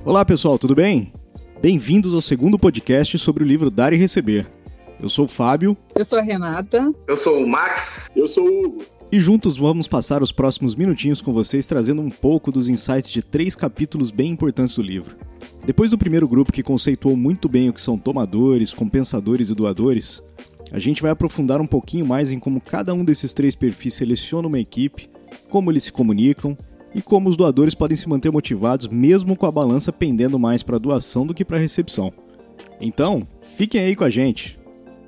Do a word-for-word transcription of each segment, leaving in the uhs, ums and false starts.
Olá pessoal, tudo bem? Bem-vindos ao segundo podcast sobre o livro Dar e Receber. Eu sou o Fábio. Eu sou a Renata. Eu sou o Max. Eu sou o Hugo. E juntos vamos passar os próximos minutinhos com vocês trazendo um pouco dos insights de três capítulos bem importantes do livro. Depois do primeiro grupo que conceituou muito bem o que são tomadores, compensadores e doadores, a gente vai aprofundar um pouquinho mais em como cada um desses três perfis seleciona uma equipe, como eles se comunicam e como os doadores podem se manter motivados mesmo com a balança pendendo mais para a doação do que para a recepção. Então, fiquem aí com a gente!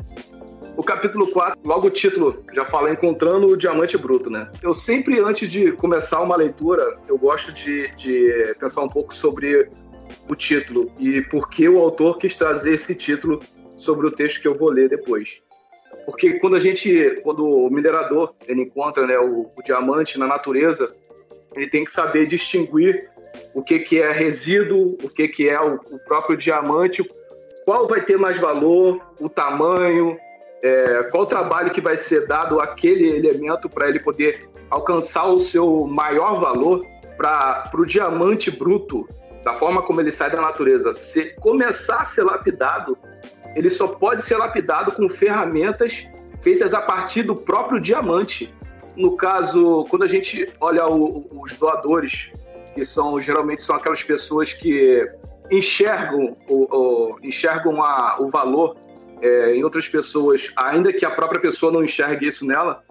O capítulo quatro, logo o título, já fala Encontrando o Diamante Bruto, né? Eu sempre, antes de começar uma leitura, eu gosto de, de pensar um pouco sobre o título e por que o autor quis trazer esse título sobre o texto que eu vou ler depois. Porque quando a gente, quando o minerador ele encontra, né, o, o diamante na natureza, ele tem que saber distinguir o que, que é resíduo, o que, que é o, o próprio diamante, qual vai ter mais valor, o tamanho, É, qual o trabalho que vai ser dado àquele elemento para ele poder alcançar o seu maior valor para o diamante bruto, da forma como ele sai da natureza. Se começar a ser lapidado, ele só pode ser lapidado com ferramentas feitas a partir do próprio diamante. No caso, quando a gente olha o, os doadores, que são geralmente são aquelas pessoas que enxergam o, o, enxergam a, o valor É, em outras pessoas, ainda que a própria pessoa não enxergue isso nela,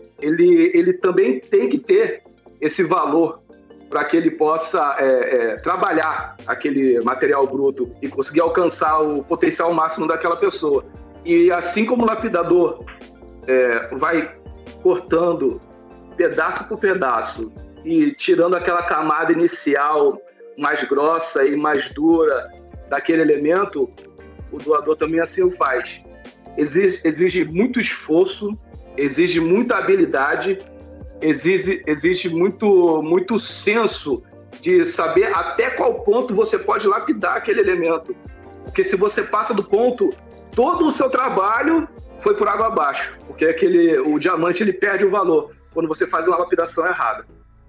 ele, ele também tem que ter esse valor para que ele possa é, é, trabalhar aquele material bruto e conseguir alcançar o potencial máximo daquela pessoa. E assim como o lapidador é, vai cortando pedaço por pedaço e tirando aquela camada inicial mais grossa e mais dura daquele elemento, o doador também assim o faz. Exige, exige muito esforço, exige muita habilidade, exige, exige muito, muito senso de saber até qual ponto você pode lapidar aquele elemento. Porque se você passa do ponto, todo o seu trabalho foi por água abaixo. Porque aquele, o diamante ele perde o valor quando você faz uma lapidação errada.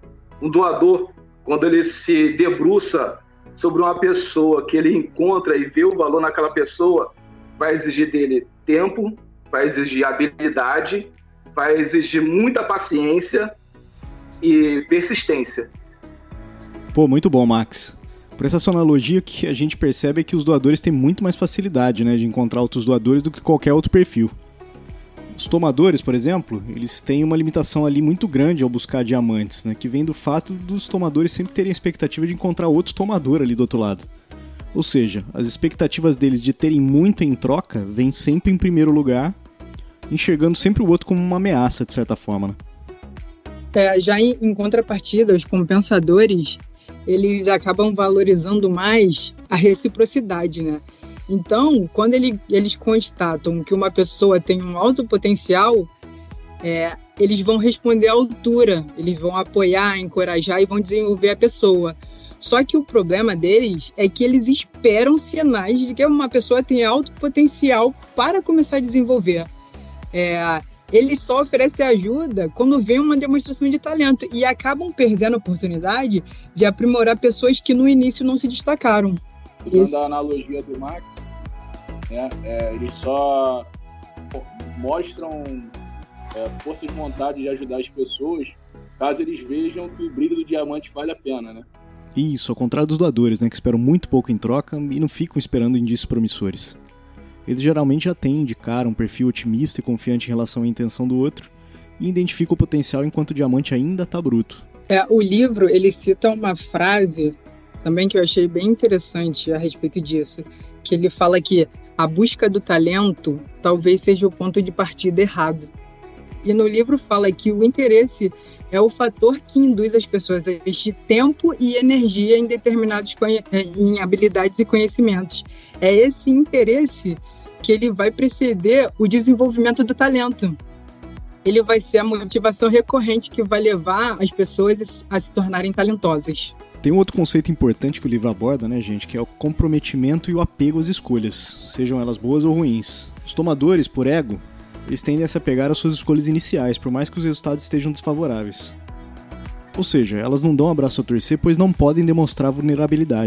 Um doador, quando ele se debruça sobre uma pessoa que ele encontra e vê o valor naquela pessoa, vai exigir dele tempo, vai exigir habilidade, vai exigir muita paciência e persistência. Pô, muito bom, Max. Por essa sua analogia, o que a gente percebe é que os doadores têm muito mais facilidade, né, de encontrar outros doadores do que qualquer outro perfil. Os tomadores, por exemplo, eles têm uma limitação ali muito grande ao buscar diamantes, né, que vem do fato dos tomadores sempre terem a expectativa de encontrar outro tomador ali do outro lado. Ou seja, as expectativas deles de terem muito em troca vêm sempre em primeiro lugar, enxergando sempre o outro como uma ameaça, de certa forma. Né? É, já em, em contrapartida, os compensadores, eles acabam valorizando mais a reciprocidade, né? Então, quando ele, eles constatam que uma pessoa tem um alto potencial, é, eles vão responder à altura, eles vão apoiar, encorajar e vão desenvolver a pessoa. Só que o problema deles é que eles esperam sinais de que uma pessoa tem alto potencial para começar a desenvolver. É, eles só oferecem ajuda quando vem uma demonstração de talento e acabam perdendo a oportunidade de aprimorar pessoas que no início não se destacaram. Usando Esse... a analogia do Max, né, é, eles só mostram é, força de vontade de ajudar as pessoas caso eles vejam que o brilho do diamante vale a pena, né? Isso, ao contrário dos doadores, né, que esperam muito pouco em troca e não ficam esperando indícios promissores. Eles geralmente já têm de cara um perfil otimista e confiante em relação à intenção do outro e identificam o potencial enquanto o diamante ainda está bruto. É, o livro ele cita uma frase também que eu achei bem interessante a respeito disso, que ele fala que a busca do talento talvez seja o ponto de partida errado. E no livro fala que o interesse é o fator que induz as pessoas a investir tempo e energia em determinados em habilidades e conhecimentos. É esse interesse que ele vai preceder o desenvolvimento do talento. Ele vai ser a motivação recorrente que vai levar as pessoas a se tornarem talentosas. Tem um outro conceito importante que o livro aborda, né, gente, que é o comprometimento e o apego às escolhas, sejam elas boas ou ruins. Os tomadores, por ego, eles tendem a se apegar às suas escolhas iniciais, por mais que os resultados estejam desfavoráveis. Ou seja, elas não dão abraço a torcer, pois não podem demonstrar vulnerabilidade.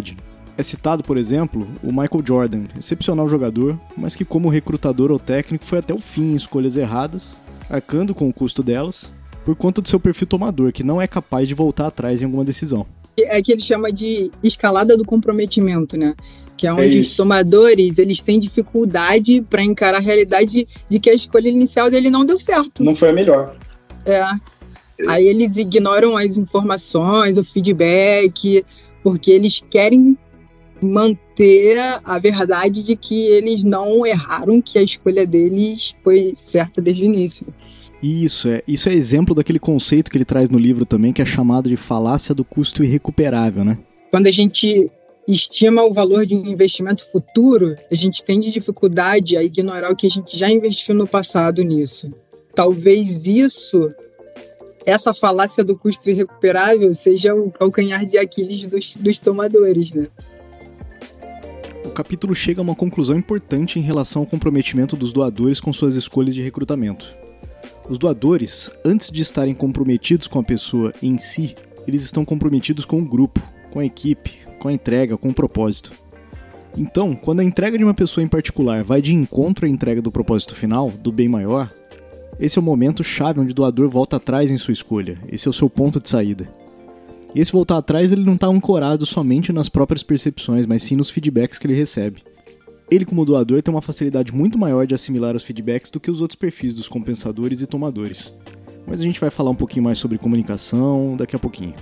É citado, por exemplo, o Michael Jordan, excepcional jogador, mas que como recrutador ou técnico foi até o fim em escolhas erradas, arcando com o custo delas, por conta do seu perfil tomador, que não é capaz de voltar atrás em alguma decisão. É que ele chama de escalada do comprometimento, né? Que é onde é os tomadores, eles têm dificuldade para encarar a realidade de que a escolha inicial dele não deu certo. Não foi a melhor. É. Aí eles ignoram as informações, o feedback, porque eles querem manter a verdade de que eles não erraram, que a escolha deles foi certa desde o início. Isso é, isso é exemplo daquele conceito que ele traz no livro também, que é chamado de falácia do custo irrecuperável, né? Quando a gente estima o valor de um investimento futuro, a gente tem de dificuldade a ignorar o que a gente já investiu no passado nisso. Talvez isso, essa falácia do custo irrecuperável, seja o calcanhar de Aquiles dos, dos tomadores, né? O capítulo chega a uma conclusão importante em relação ao comprometimento dos doadores com suas escolhas de recrutamento. Os doadores, antes de estarem comprometidos com a pessoa em si, eles estão comprometidos com o grupo, com a equipe, com a entrega, com o propósito. Então, quando a entrega de uma pessoa em particular vai de encontro à entrega do propósito final, do bem maior, esse é o momento chave onde o doador volta atrás em sua escolha. Esse é o seu ponto de saída. E esse voltar atrás ele não está ancorado somente nas próprias percepções, mas sim nos feedbacks que ele recebe. Ele, como doador, tem uma facilidade muito maior de assimilar os feedbacks do que os outros perfis dos compensadores e tomadores. Mas a gente vai falar um pouquinho mais sobre comunicação daqui a pouquinho.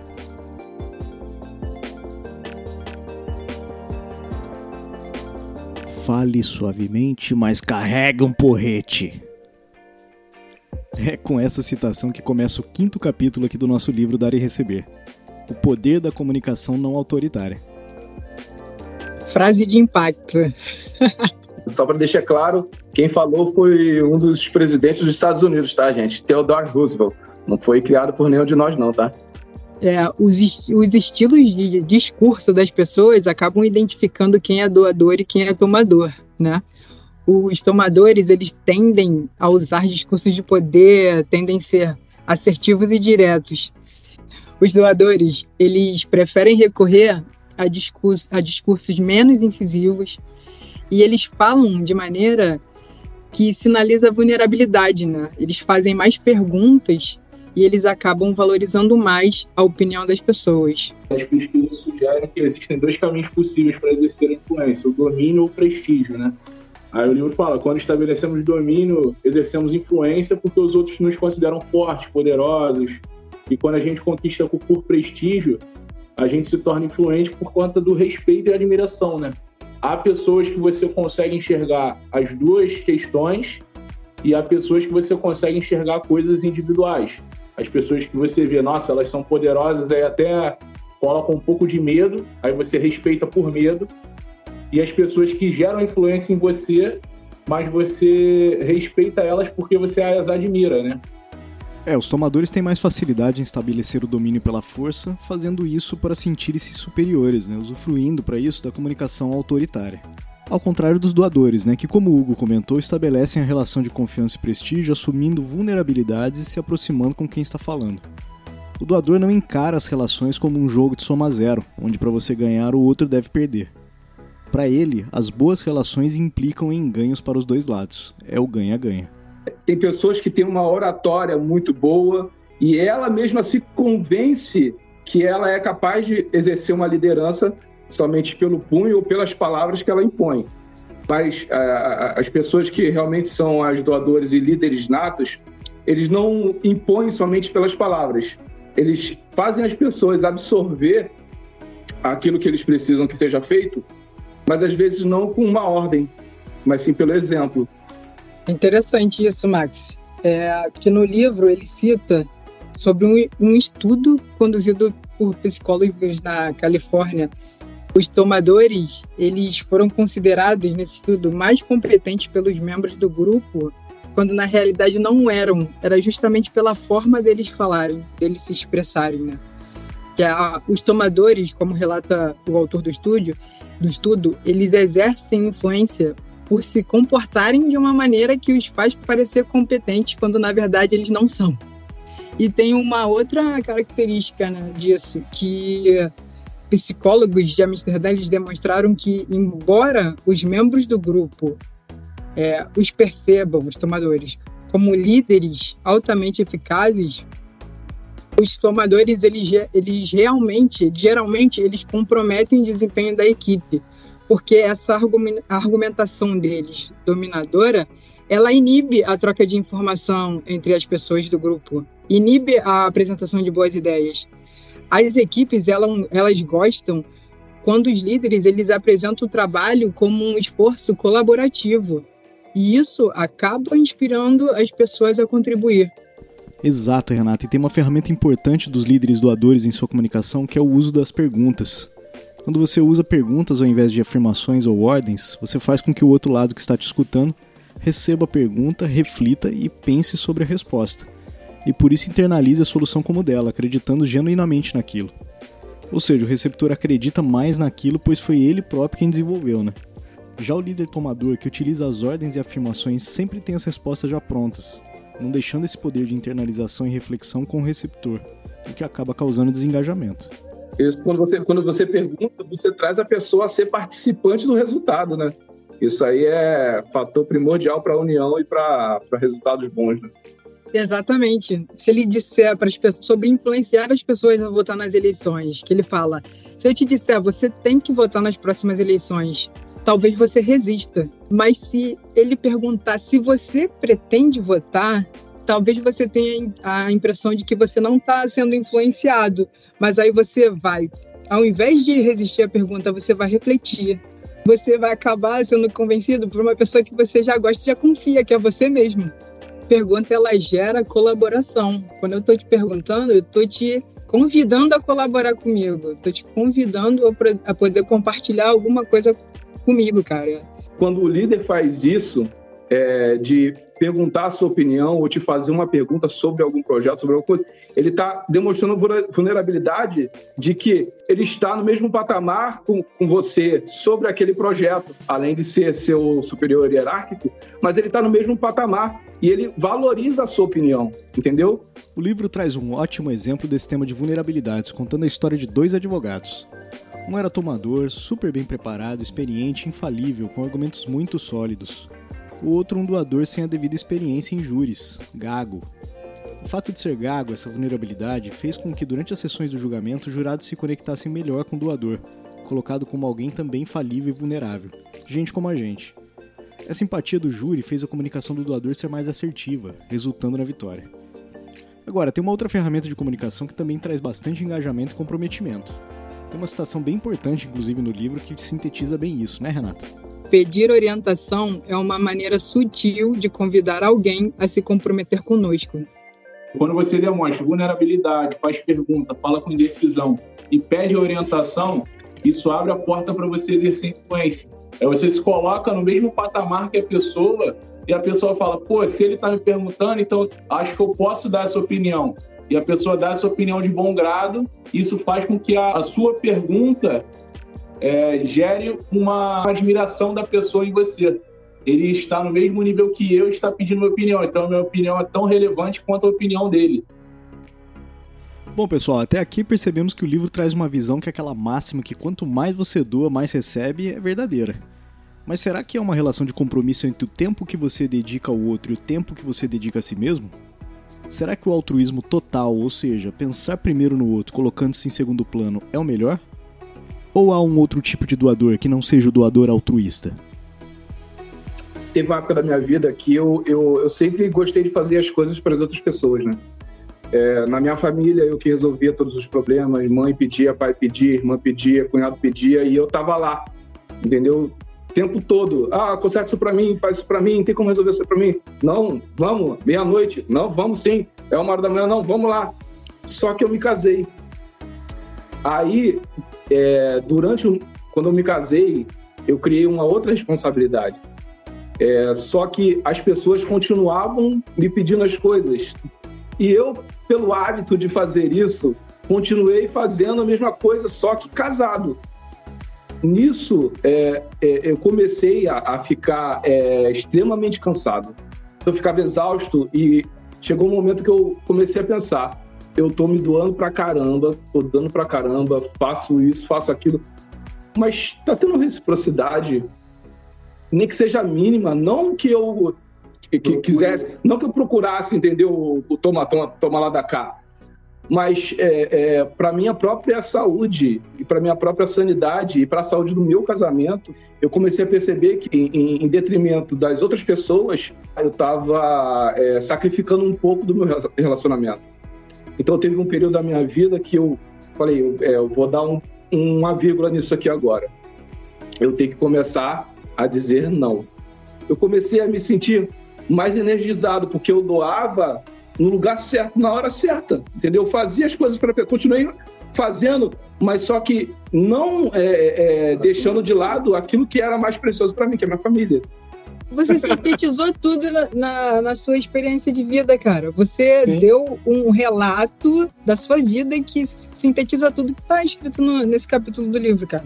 Fale suavemente, mas carregue um porrete. É com essa citação que começa o quinto capítulo aqui do nosso livro Dar e Receber. O poder da comunicação não autoritária. Frase de impacto. Só para deixar claro, quem falou foi um dos presidentes dos Estados Unidos, tá, gente? Theodore Roosevelt. Não foi criado por nenhum de nós, não, tá? É, os, est- os estilos de discurso das pessoas acabam identificando quem é doador e quem é tomador, né? Os tomadores, eles tendem a usar discursos de poder, tendem a ser assertivos e diretos. Os doadores, eles preferem recorrer a, discurso, a discursos menos incisivos e eles falam de maneira que sinaliza vulnerabilidade, né? Eles fazem mais perguntas e eles acabam valorizando mais a opinião das pessoas. As pesquisas sugerem que existem dois caminhos possíveis para exercer a influência, o domínio ou o prestígio, né? Aí o livro fala, quando estabelecemos domínio, exercemos influência porque os outros nos consideram fortes, poderosos. E quando a gente conquista por prestígio, a gente se torna influente por conta do respeito e admiração, né? Há pessoas que você consegue enxergar as duas questões e há pessoas que você consegue enxergar coisas individuais. As pessoas que você vê, nossa, elas são poderosas, aí até colocam um pouco de medo, aí você respeita por medo. E as pessoas que geram influência em você, mas você respeita elas porque você as admira, né? É, os tomadores têm mais facilidade em estabelecer o domínio pela força, fazendo isso para sentirem-se superiores, né? Usufruindo para isso da comunicação autoritária. Ao contrário dos doadores, né? Que, como o Hugo comentou, estabelecem a relação de confiança e prestígio, assumindo vulnerabilidades e se aproximando com quem está falando. O doador não encara as relações como um jogo de soma zero, onde para você ganhar o outro deve perder. Para ele, as boas relações implicam em ganhos para os dois lados. É o ganha-ganha. Tem pessoas que têm uma oratória muito boa e ela mesma se convence que ela é capaz de exercer uma liderança somente pelo punho ou pelas palavras que ela impõe. Mas a, as pessoas que realmente são as doadores e líderes natos, eles não impõem somente pelas palavras. Eles fazem as pessoas absorver aquilo que eles precisam que seja feito, mas às vezes não com uma ordem, mas sim pelo exemplo. Interessante isso, Max. É, que no livro ele cita sobre um, um estudo conduzido por psicólogos na Califórnia. Os tomadores, eles foram considerados nesse estudo mais competentes pelos membros do grupo, quando na realidade não eram. Era justamente pela forma deles falarem, deles se expressarem, né? Que a, os tomadores, como relata o autor do estúdio, do estudo, eles exercem influência por se comportarem de uma maneira que os faz parecer competentes, quando na verdade eles não são. E tem uma outra característica, né, disso, que psicólogos de Amsterdã eles demonstraram que, embora os membros do grupo é, os percebam, os tomadores, como líderes altamente eficazes, os tomadores, eles, eles realmente, geralmente, eles comprometem o desempenho da equipe, porque essa argumentação deles, dominadora, ela inibe a troca de informação entre as pessoas do grupo, inibe a apresentação de boas ideias. As equipes, elas, elas gostam quando os líderes, eles apresentam o trabalho como um esforço colaborativo, e isso acaba inspirando as pessoas a contribuir. Exato, Renata, e tem uma ferramenta importante dos líderes doadores em sua comunicação, que é o uso das perguntas. Quando você usa perguntas ao invés de afirmações ou ordens, você faz com que o outro lado que está te escutando receba a pergunta, reflita e pense sobre a resposta. E por isso internalize a solução como dela, acreditando genuinamente naquilo. Ou seja, o receptor acredita mais naquilo, pois foi ele próprio quem desenvolveu, né? Já o líder tomador, que utiliza as ordens e afirmações, sempre tem as respostas já prontas, não deixando esse poder de internalização e reflexão com o receptor, o que acaba causando desengajamento. Isso, quando você, quando você pergunta, você traz a pessoa a ser participante do resultado, né? Isso aí é fator primordial para a união e para resultados bons, né? Exatamente. Se ele disser para as pessoas sobre influenciar as pessoas a votar nas eleições, que ele fala, se eu te disser, você tem que votar nas próximas eleições, talvez você resista. Mas se ele perguntar se você pretende votar, talvez você tenha a impressão de que você não está sendo influenciado. Mas aí você vai, ao invés de resistir à pergunta, você vai refletir. Você vai acabar sendo convencido por uma pessoa que você já gosta e já confia, que é você mesmo. A pergunta, ela gera colaboração. Quando eu estou te perguntando, eu estou te convidando a colaborar comigo. Estou te convidando a poder compartilhar alguma coisa comigo, cara. Quando o líder faz isso, é, de perguntar a sua opinião ou te fazer uma pergunta sobre algum projeto, sobre alguma coisa, ele está demonstrando vulnerabilidade de que ele está no mesmo patamar com, com você sobre aquele projeto, além de ser seu superior hierárquico, mas ele está no mesmo patamar e ele valoriza a sua opinião, entendeu? O livro traz um ótimo exemplo desse tema de vulnerabilidades, contando a história de dois advogados. Um era tomador, super bem preparado, experiente, infalível, com argumentos muito sólidos. O outro um doador sem a devida experiência em júris, gago. O fato de ser gago, essa vulnerabilidade, fez com que durante as sessões do julgamento os jurados se conectassem melhor com o doador, colocado como alguém também falível e vulnerável, gente como a gente. Essa empatia do júri fez a comunicação do doador ser mais assertiva, resultando na vitória. Agora, tem uma outra ferramenta de comunicação que também traz bastante engajamento e comprometimento. Tem uma citação bem importante, inclusive, no livro, que sintetiza bem isso, né, Renata? Pedir orientação é uma maneira sutil de convidar alguém a se comprometer conosco. Quando você demonstra vulnerabilidade, faz pergunta, fala com indecisão e pede orientação, isso abre a porta para você exercer influência. É, você se coloca no mesmo patamar que a pessoa e a pessoa fala, pô, se ele está me perguntando, então acho que eu posso dar essa opinião. E a pessoa dá essa opinião de bom grado, e isso faz com que a, a sua pergunta É, gere uma admiração da pessoa em você. Ele está no mesmo nível que eu, está pedindo minha opinião, então a minha opinião é tão relevante quanto a opinião dele. Bom, pessoal, até aqui percebemos que o livro traz uma visão que é aquela máxima que quanto mais você doa, mais recebe, é verdadeira. Mas será que é uma relação de compromisso entre o tempo que você dedica ao outro e o tempo que você dedica a si mesmo? Será que o altruísmo total, ou seja, pensar primeiro no outro, colocando-se em segundo plano, é o melhor? Ou há um outro tipo de doador que não seja o doador altruísta? Teve uma época da minha vida que eu, eu, eu sempre gostei de fazer as coisas para as outras pessoas, né? É, na minha família, eu que resolvia todos os problemas, mãe pedia, pai pedia, irmã pedia, cunhado pedia, e eu tava lá, entendeu? O tempo todo. Ah, conserta isso para mim, faz isso para mim, tem como resolver isso para mim? Não, vamos, meia-noite. Não, vamos sim. É uma hora da manhã, não, vamos lá. Só que eu me casei. Aí... É, durante, quando eu me casei, eu criei uma outra responsabilidade. É, só que as pessoas continuavam me pedindo as coisas. E eu, pelo hábito de fazer isso, continuei fazendo a mesma coisa, só que casado. Nisso, é, é, eu comecei a, a ficar é, extremamente cansado. Eu ficava exausto e chegou um momento que eu comecei a pensar, eu tô me doando pra caramba, tô dando pra caramba, faço isso, faço aquilo, mas tá tendo reciprocidade, nem que seja mínima, não que eu que, que quisesse, não que eu procurasse, entendeu, o toma, toma, toma lá da cá, mas é, é, para minha própria saúde e para minha própria sanidade e para a saúde do meu casamento, eu comecei a perceber que, em, em detrimento das outras pessoas, eu estava é, sacrificando um pouco do meu relacionamento. Então, teve um período da minha vida que eu falei, eu, é, eu vou dar um, uma vírgula nisso aqui agora. Eu tenho que começar a dizer não. Eu comecei a me sentir mais energizado, porque eu doava no lugar certo, na hora certa, entendeu? Eu fazia as coisas para... Continuei fazendo, mas só que não é, é, deixando de lado aquilo que era mais precioso para mim, que é a minha família. Você sintetizou tudo na, na, na sua experiência de vida, cara. Você Sim. deu um relato da sua vida que sintetiza tudo que está escrito no, nesse capítulo do livro, cara.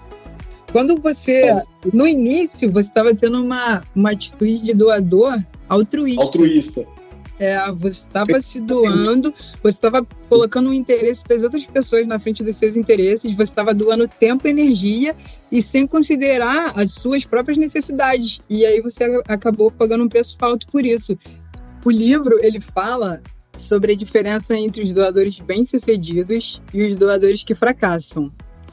Quando você... No início, você estava tendo uma, uma atitude de doador altruísta. Altruísta. É, você estava se doando, você estava colocando o interesse das outras pessoas na frente dos seus interesses, você estava doando tempo e energia e sem considerar as suas próprias necessidades. E aí você acabou pagando um preço alto por isso. O livro, ele fala sobre a diferença entre os doadores bem-sucedidos e os doadores que fracassam.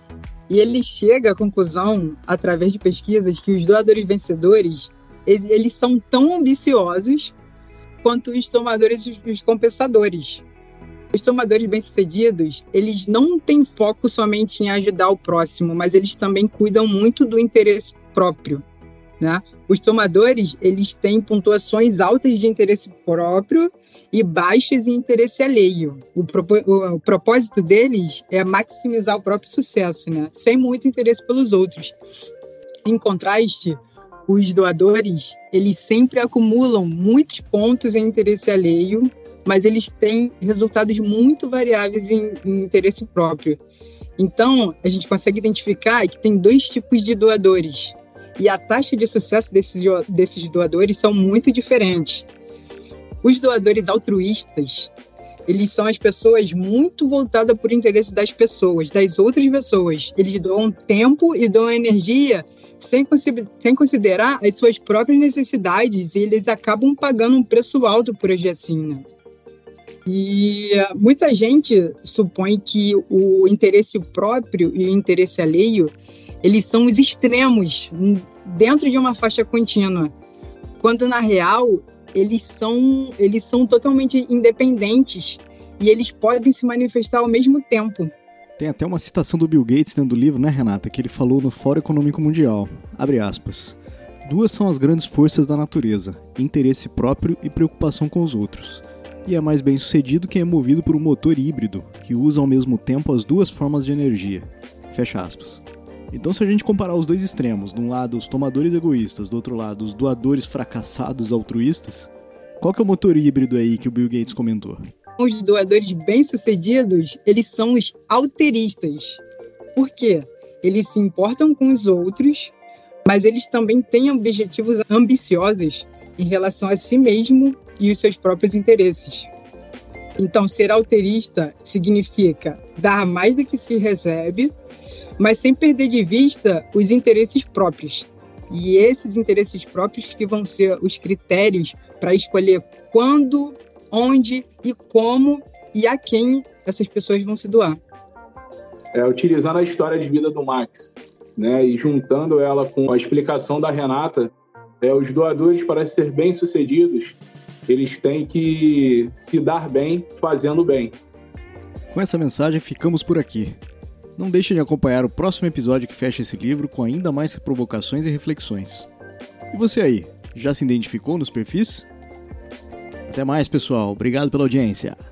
E ele chega à conclusão, através de pesquisas, que os doadores vencedores, eles são tão ambiciosos quanto os tomadores e os compensadores. Os tomadores bem-sucedidos, eles não têm foco somente em ajudar o próximo, mas eles também cuidam muito do interesse próprio, né? Os tomadores, eles têm pontuações altas de interesse próprio e baixas em interesse alheio. O, propo- o, o propósito deles é maximizar o próprio sucesso, né? Sem muito interesse pelos outros. Em contraste, os doadores, eles sempre acumulam muitos pontos em interesse alheio, mas eles têm resultados muito variáveis em, em interesse próprio. Então, a gente consegue identificar que tem dois tipos de doadores. E a taxa de sucesso desses, desses doadores são muito diferentes. Os doadores altruístas, eles são as pessoas muito voltadas por interesse das pessoas, das outras pessoas. Eles doam tempo e doam energia sem, sem considerar as suas próprias necessidades, e eles acabam pagando um preço alto por agir assim, né? E muita gente supõe que o interesse próprio e o interesse alheio, eles são os extremos dentro de uma faixa contínua, quando na real eles são, eles são totalmente independentes e eles podem se manifestar ao mesmo tempo. Tem até uma citação do Bill Gates dentro do livro, né, Renata, que ele falou no Fórum Econômico Mundial, abre aspas, duas são as grandes forças da natureza, interesse próprio e preocupação com os outros. E é mais bem sucedido quem é movido por um motor híbrido, que usa ao mesmo tempo as duas formas de energia. Fecha aspas. Então, se a gente comparar os dois extremos, de um lado os tomadores egoístas, do outro lado os doadores fracassados altruístas, qual que é o motor híbrido aí que o Bill Gates comentou? Os doadores bem-sucedidos, eles são os alteristas. Por quê? Eles se importam com os outros, mas eles também têm objetivos ambiciosos em relação a si mesmo e os seus próprios interesses. Então, ser alterista significa dar mais do que se recebe, mas sem perder de vista os interesses próprios. E esses interesses próprios que vão ser os critérios para escolher quando, onde e como e a quem essas pessoas vão se doar. É, utilizando a história de vida do Max, né, e juntando ela com a explicação da Renata, é, os doadores, para ser bem-sucedidos, eles têm que se dar bem fazendo bem. Com essa mensagem, ficamos por aqui. Não deixe de acompanhar o próximo episódio que fecha esse livro com ainda mais provocações e reflexões. E você aí, já se identificou nos perfis? Até mais, pessoal. Obrigado pela audiência.